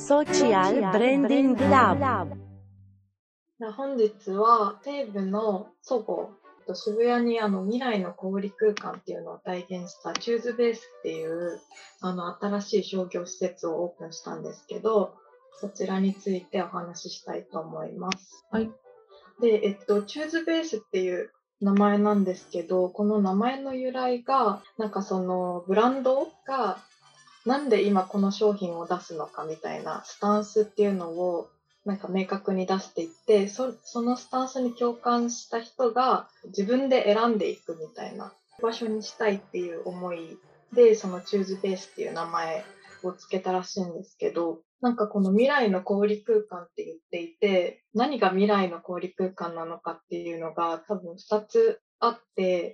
Social Branding Lab。 本日は西武のそごう、渋谷に未来の小売空間っていうのを体現したチューズベースっていう新しい商業施設をオープンしたんですけど、そちらについてお話ししたいと思います。 はい。 で、チューズベースっていう名前なんですけど、この名前の由来が、そのブランドがなんで今この商品を出すのかみたいなスタンスっていうのを明確に出していって、そのスタンスに共感した人が自分で選んでいくみたいな場所にしたいっていう思いで、そのチューズベースっていう名前をつけたらしいんですけど、この未来の小売空間って言っていて、何が未来の小売空間なのかっていうのが多分2つあって、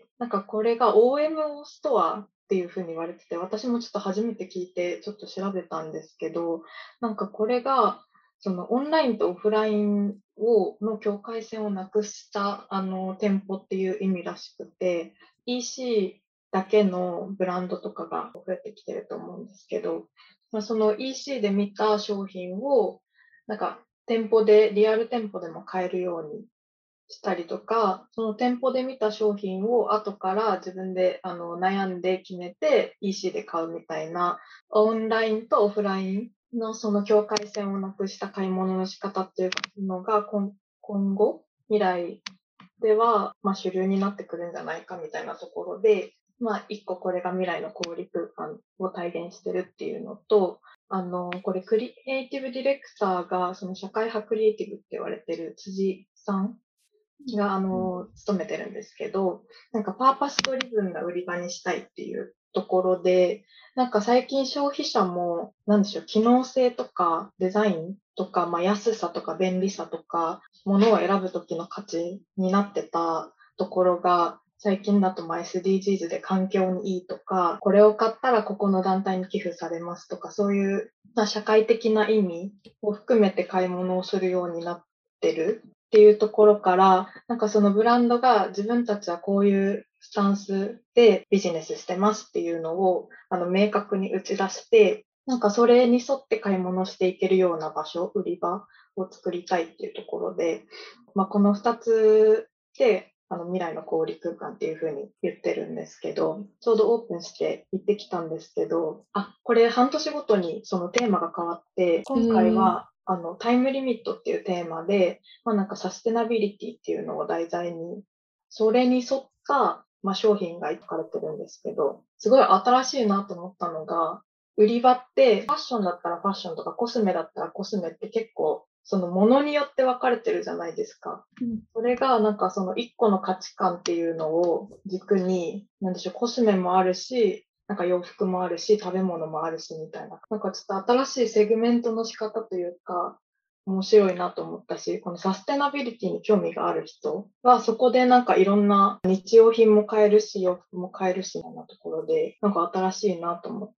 これが OMO ストアっていうふうに言われてて、私もちょっと初めて聞いてちょっと調べたんですけど、これがそのオンラインとオフラインの境界線をなくした店舗っていう意味らしくて、EC だけのブランドとかが増えてきてると思うんですけど、その EC で見た商品をリアル店舗でも買えるようにしたりとか、その店舗で見た商品を後から自分で悩んで決めて EC で買うみたいな、オンラインとオフラインのその境界線をなくした買い物の仕方っていうのが今後未来では主流になってくるんじゃないかみたいなところで、一個これが未来の小売空間を体現してるっていうのと、これクリエイティブディレクターがその社会派クリエイティブって言われてる辻さんが勤めてるんですけど、パーパスドリブンが売り場にしたいっていうところで、最近消費者も機能性とかデザインとか、安さとか便利さとか、ものを選ぶときの価値になってたところが、最近だとSDGs で環境にいいとか、これを買ったらここの団体に寄付されますとか、そういう社会的な意味を含めて買い物をするようになってるっていうところから、そのブランドが自分たちはこういうスタンスでビジネスしてますっていうのを明確に打ち出して、それに沿って買い物していけるような場所、売り場を作りたいっていうところで、この2つで未来の小売空間っていうふうに言ってるんですけど、ちょうどオープンして行ってきたんですけど、これ半年ごとにそのテーマが変わって、今回はタイムリミットっていうテーマで、サステナビリティっていうのを題材に、それに沿った、商品が書かれてるんですけど、すごい新しいなと思ったのが、売り場ってファッションだったらファッションとかコスメだったらコスメって結構そのものによって分かれてるじゃないですか。それがその一個の価値観っていうのを軸に、コスメもあるし、洋服もあるし、食べ物もあるしみたいな。ちょっと新しいセグメントの仕方というか、面白いなと思ったし、このサステナビリティに興味がある人は、そこでいろんな日用品も買えるし、洋服も買えるし、みたいなところで、新しいなと思って。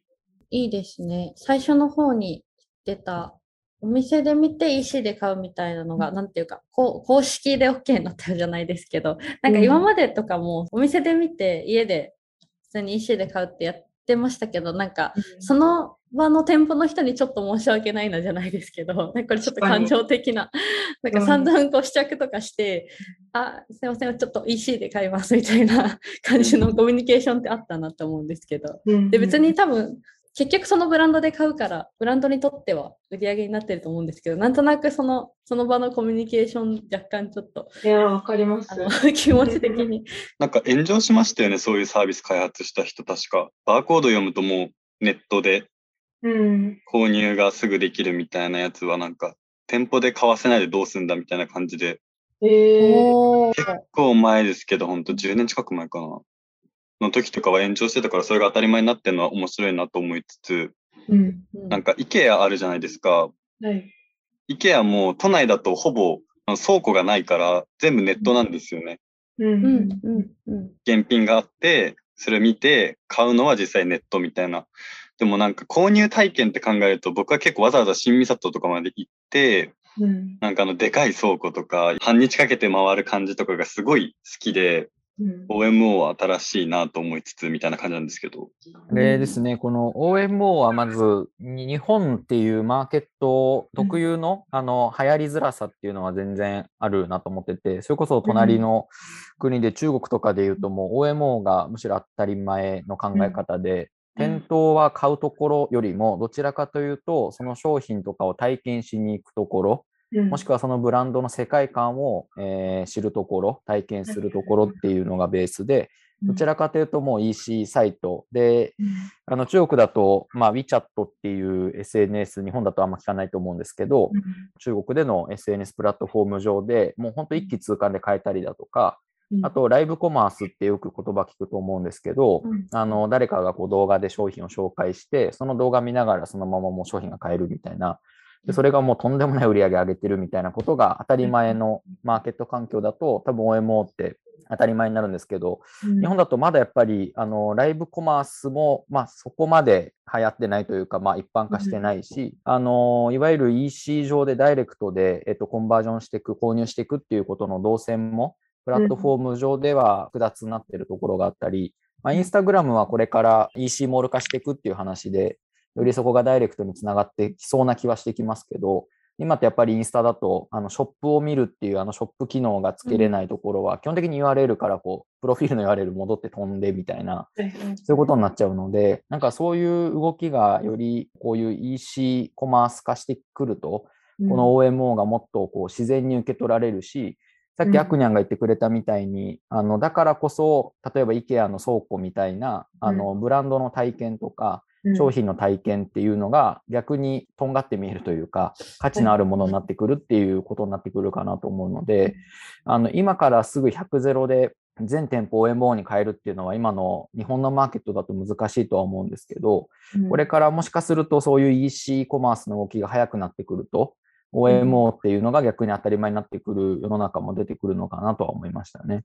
いいですね。最初の方に出た、お店で見て EC で買うみたいなのが、なんていうか、公式で OK になったじゃないですけど、今までとかもお店で見て家で普通に EC で買うってやってましたけど、その場の店舗の人にちょっと申し訳ないなじゃないですけど、これちょっと感情的な、散々試着とかして、すいません、ちょっと EC で買いますみたいな感じのコミュニケーションってあったなと思うんですけど、で、別に多分、結局そのブランドで買うから、ブランドにとっては売り上げになってると思うんですけど、なんとなくその場のコミュニケーション若干ちょっと。 いや、わかります。 気持ち的に。 炎上しましたよね、そういうサービス開発した人確か。バーコード読むともうネットで購入がすぐできるみたいなやつは店舗で買わせないでどうすんだみたいな感じで。結構前ですけど、ほんと10年近く前かな。の時とかは炎上してたからそれが当たり前になってるのは面白いなと思いつつ、IKEA あるじゃないですか。IKEA も都内だとほぼ倉庫がないから全部ネットなんですよね。現品があってそれを見て買うのは実際ネットみたいな。でも購入体験って考えると僕は結構わざわざ新三郷とかまで行って、でかい倉庫とか半日かけて回る感じとかがすごい好きで、 OMO は新しいなと思いつつみたいな感じなんですけど。 ですね、この OMO はまず日本っていうマーケット特有の、流行りづらさっていうのは全然あるなと思ってて、それこそ隣の国で中国とかで言うともう OMO がむしろ当たり前の考え方で、店頭は買うところよりもどちらかというとその商品とかを体験しに行くところ、もしくはそのブランドの世界観を、知るところ、体験するところっていうのがベースで、どちらかというともう EC サイトで、中国だと、WeChat っていう SNS、日本だとあんま聞かないと思うんですけど、中国での SNS プラットフォーム上でもう本当一気通貫で買えたりだとか、あとライブコマースってよく言葉聞くと思うんですけど、誰かがこう動画で商品を紹介して、その動画見ながらそのままもう商品が買えるみたいな、でそれがもうとんでもない売り上げ上げてるみたいなことが当たり前のマーケット環境だと多分 OMO って当たり前になるんですけど、日本だとまだやっぱりライブコマースも、そこまで流行ってないというか、一般化してないし、いわゆる EC 上でダイレクトで、コンバージョンしていく、購入していくっていうことの動線もプラットフォーム上では複雑になっているところがあったり、インスタグラムはこれから EC モール化していくっていう話で、よりそこがダイレクトにつながってきそうな気はしてきますけど、今ってやっぱりインスタだとショップを見るっていうショップ機能がつけれないところは、基本的に URL からこうプロフィールの URL 戻って飛んでみたいな、そういうことになっちゃうので、なんかそういう動きがよりこういう EC コマース化してくると、この OMO がもっとこう自然に受け取られるし、さっきアクニャンが言ってくれたみたいに、だからこそ例えば IKEA の倉庫みたいなブランドの体験とか商品の体験っていうのが逆にとんがって見えるというか、価値のあるものになってくるっていうことになってくるかなと思うので、今からすぐ100ゼロで全店舗 OMO に変えるっていうのは今の日本のマーケットだと難しいとは思うんですけど、これからもしかするとそういう EC コマースの動きが早くなってくると、OMO っていうのが逆に当たり前になってくる世の中も出てくるのかなとは思いましたね。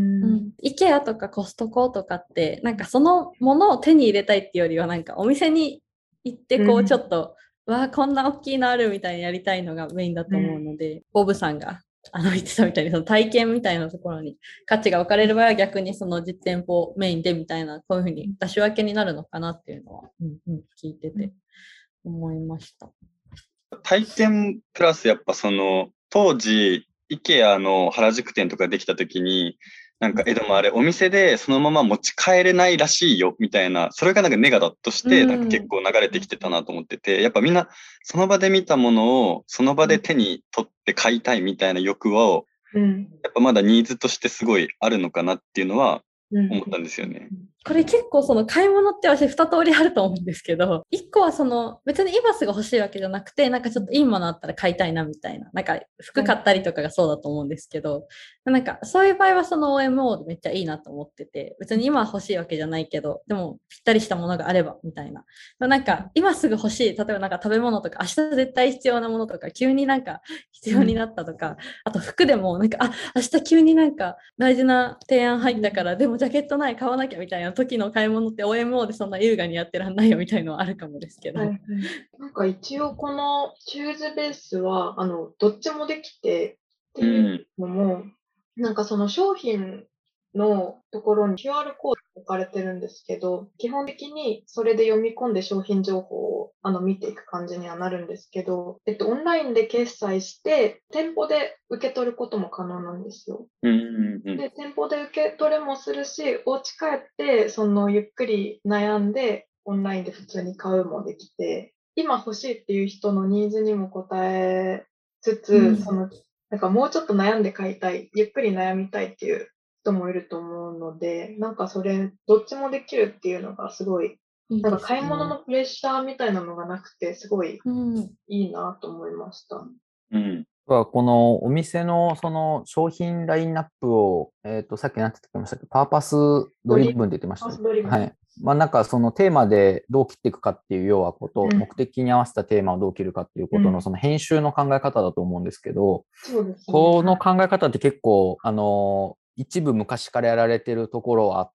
IKEA とかコストコとかってなんかそのものを手に入れたいっていうよりはなんかお店に行ってこうちょっと、わあこんな大きいのあるみたいにやりたいのがメインだと思うので、ボブさんが言ってたみたいにその体験みたいなところに価値が置かれる場合は逆にその実店舗メインでみたいなこういうふうに出し分けになるのかなっていうのは、聞いてて思いました。 体験プラスやっぱその当時 IKEA の原宿店とかできた時になんかでもあれお店でそのまま持ち帰れないらしいよみたいな、それがなんかネガだとしてなんか結構流れてきてたなと思ってて、やっぱみんなその場で見たものをその場で手に取って買いたいみたいな欲をやっぱまだニーズとしてすごいあるのかなっていうのは思ったんですよね。 これ結構その買い物って私2通りあると思うんですけど、1個はその別に今すぐ欲しいわけじゃなくて、なんかちょっといいものあったら買いたいなみたいな、なんか服買ったりとかがそうだと思うんですけど、なんかそういう場合はその OMO めっちゃいいなと思ってて、別に今欲しいわけじゃないけど、でもぴったりしたものがあればみたいな。なんか今すぐ欲しい、例えばなんか食べ物とか明日絶対必要なものとか急になんか必要になったとか、あと服でもなんか明日急になんか大事な提案入ったからでもジャケットない買わなきゃみたいな時の買い物って OMO でそんな優雅にやってらんないよみたいのはあるかもですけど、 なんか一応このチューズベースはどっちもできてっていうのも、なんかその商品のところに QR コード置かれてるんですけど、基本的にそれで読み込んで商品情報を見ていく感じにはなるんですけど、オンラインで決済して店舗で受け取ることも可能なんですよ。で、店舗で受け取れもするし、お家帰ってそのゆっくり悩んでオンラインで普通に買うもできて、今欲しいっていう人のニーズにも応えつつ、なんかもうちょっと悩んで買いたい、ゆっくり悩みたいっていう人もいると思うので、なんかそれ、どっちもできるっていうのがすごい、なんか買い物のプレッシャーみたいなのがなくて、すごいいいなと思いました。 このお店のその商品ラインナップを、さっき何て言ってましたっけ、パーパスドリブンって言ってましたね。はい。なんかそのテーマでどう切っていくかっていう要はこと、目的に合わせたテーマをどう切るかっていうことのその編集の考え方だと思うんですけど、この考え方って結構一部昔からやられてるところはあって、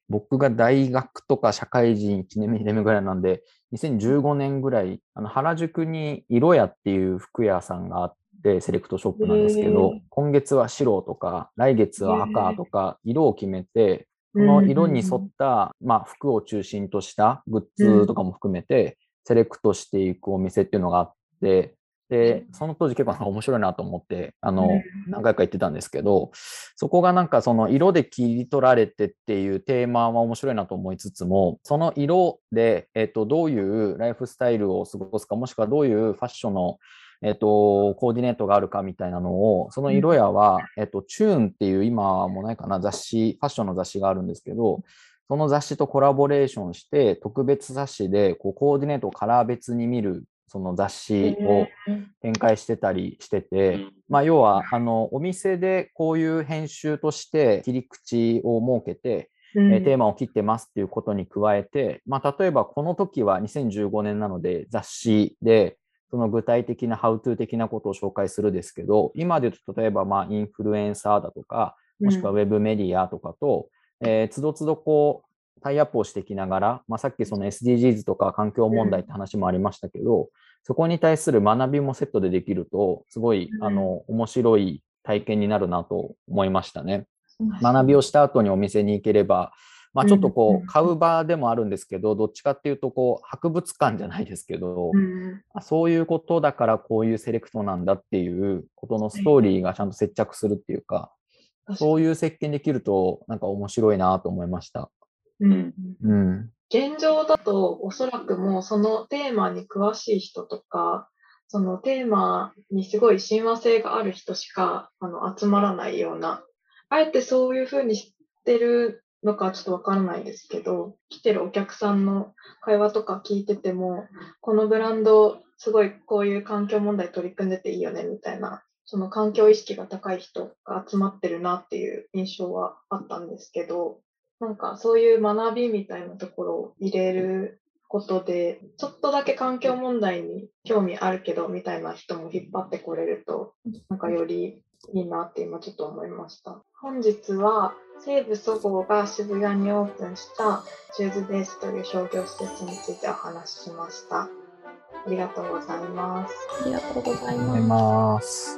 僕が大学とか社会人1年目、2年目ぐらいなんで、2015年ぐらい、原宿に色屋っていう服屋さんがあっでセレクトショップなんですけど、今月は白とか、来月は赤とか、色を決めて、その色に沿った、服を中心としたグッズとかも含めて、セレクトしていくお店っていうのがあって、で、その当時結構面白いなと思って、何回か行ってたんですけど、そこがなんかその色で切り取られてっていうテーマは面白いなと思いつつも、その色で、どういうライフスタイルを過ごすか、もしくはどういうファッションのコーディネートがあるかみたいなのを、その色屋は、チューンっていう今はもうないかな、雑誌、ファッションの雑誌があるんですけど、その雑誌とコラボレーションして、特別雑誌でコーディネートをカラー別に見る、その雑誌を展開してたりしてて、要は、お店でこういう編集として切り口を設けて、テーマを切ってますっていうことに加えて、例えばこの時は2015年なので雑誌で、その具体的なハウトゥー的なことを紹介するですけど、今で言うと例えばインフルエンサーだとか、もしくはウェブメディアとかと、つどつどタイアップをしていきながら、さっきその SDGs とか環境問題って話もありましたけど、そこに対する学びもセットでできると、すごい面白い体験になるなと思いましたね。学びをした後にお店に行ければ、ちょっと買う場でもあるんですけど、どっちかっていうと博物館じゃないですけど、そういうことだからこういうセレクトなんだっていうことのストーリーがちゃんと接着するっていうか、そういう設計できるとなんか面白いなと思いました。 現状だとおそらくもうそのテーマに詳しい人とか、そのテーマにすごい親和性がある人しか集まらないような、あえてそういうふうにしてるのかちょっとわからないですけど、来てるお客さんの会話とか聞いてても、このブランドすごいこういう環境問題取り組んでていいよねみたいな、その環境意識が高い人が集まってるなっていう印象はあったんですけど、なんかそういう学びみたいなところを入れることで、ちょっとだけ環境問題に興味あるけどみたいな人も引っ張ってこれると、なんかよりいいなって今ちょっと思いました。本日は西武そごうが渋谷にオープンしたシューズベースという商業施設についてお話ししました。ありがとうございます。 ありがとうございありがとうございます。 ます。